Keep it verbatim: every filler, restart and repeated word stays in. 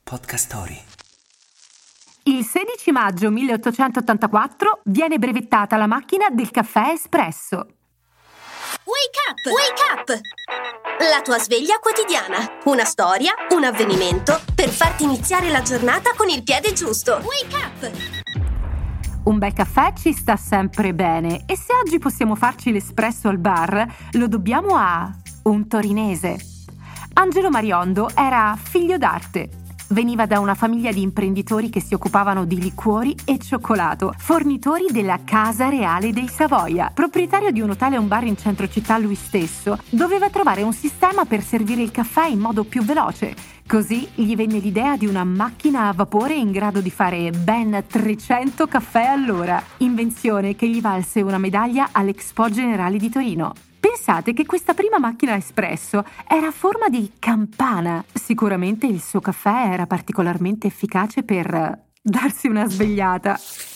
Podcast Story. Il sedici maggio milleottocentottantaquattro viene brevettata la macchina del caffè espresso. Wake up! Wake up! La tua sveglia quotidiana. Una storia, un avvenimento per farti iniziare la giornata con il piede giusto. Wake up! Un bel caffè ci sta sempre bene e se oggi possiamo farci l'espresso al bar, lo dobbiamo a un torinese. Angelo Mariondo era figlio d'arte. Veniva da una famiglia di imprenditori che si occupavano di liquori e cioccolato, fornitori della Casa Reale dei Savoia. Proprietario di un hotel e un bar in centro città lui stesso, doveva trovare un sistema per servire il caffè in modo più veloce. Così gli venne l'idea di una macchina a vapore in grado di fare ben trecento caffè all'ora, invenzione che gli valse una medaglia all'Expo Generali di Torino. Pensate che questa prima macchina espresso era a forma di campana. Sicuramente il suo caffè era particolarmente efficace per darsi una svegliata.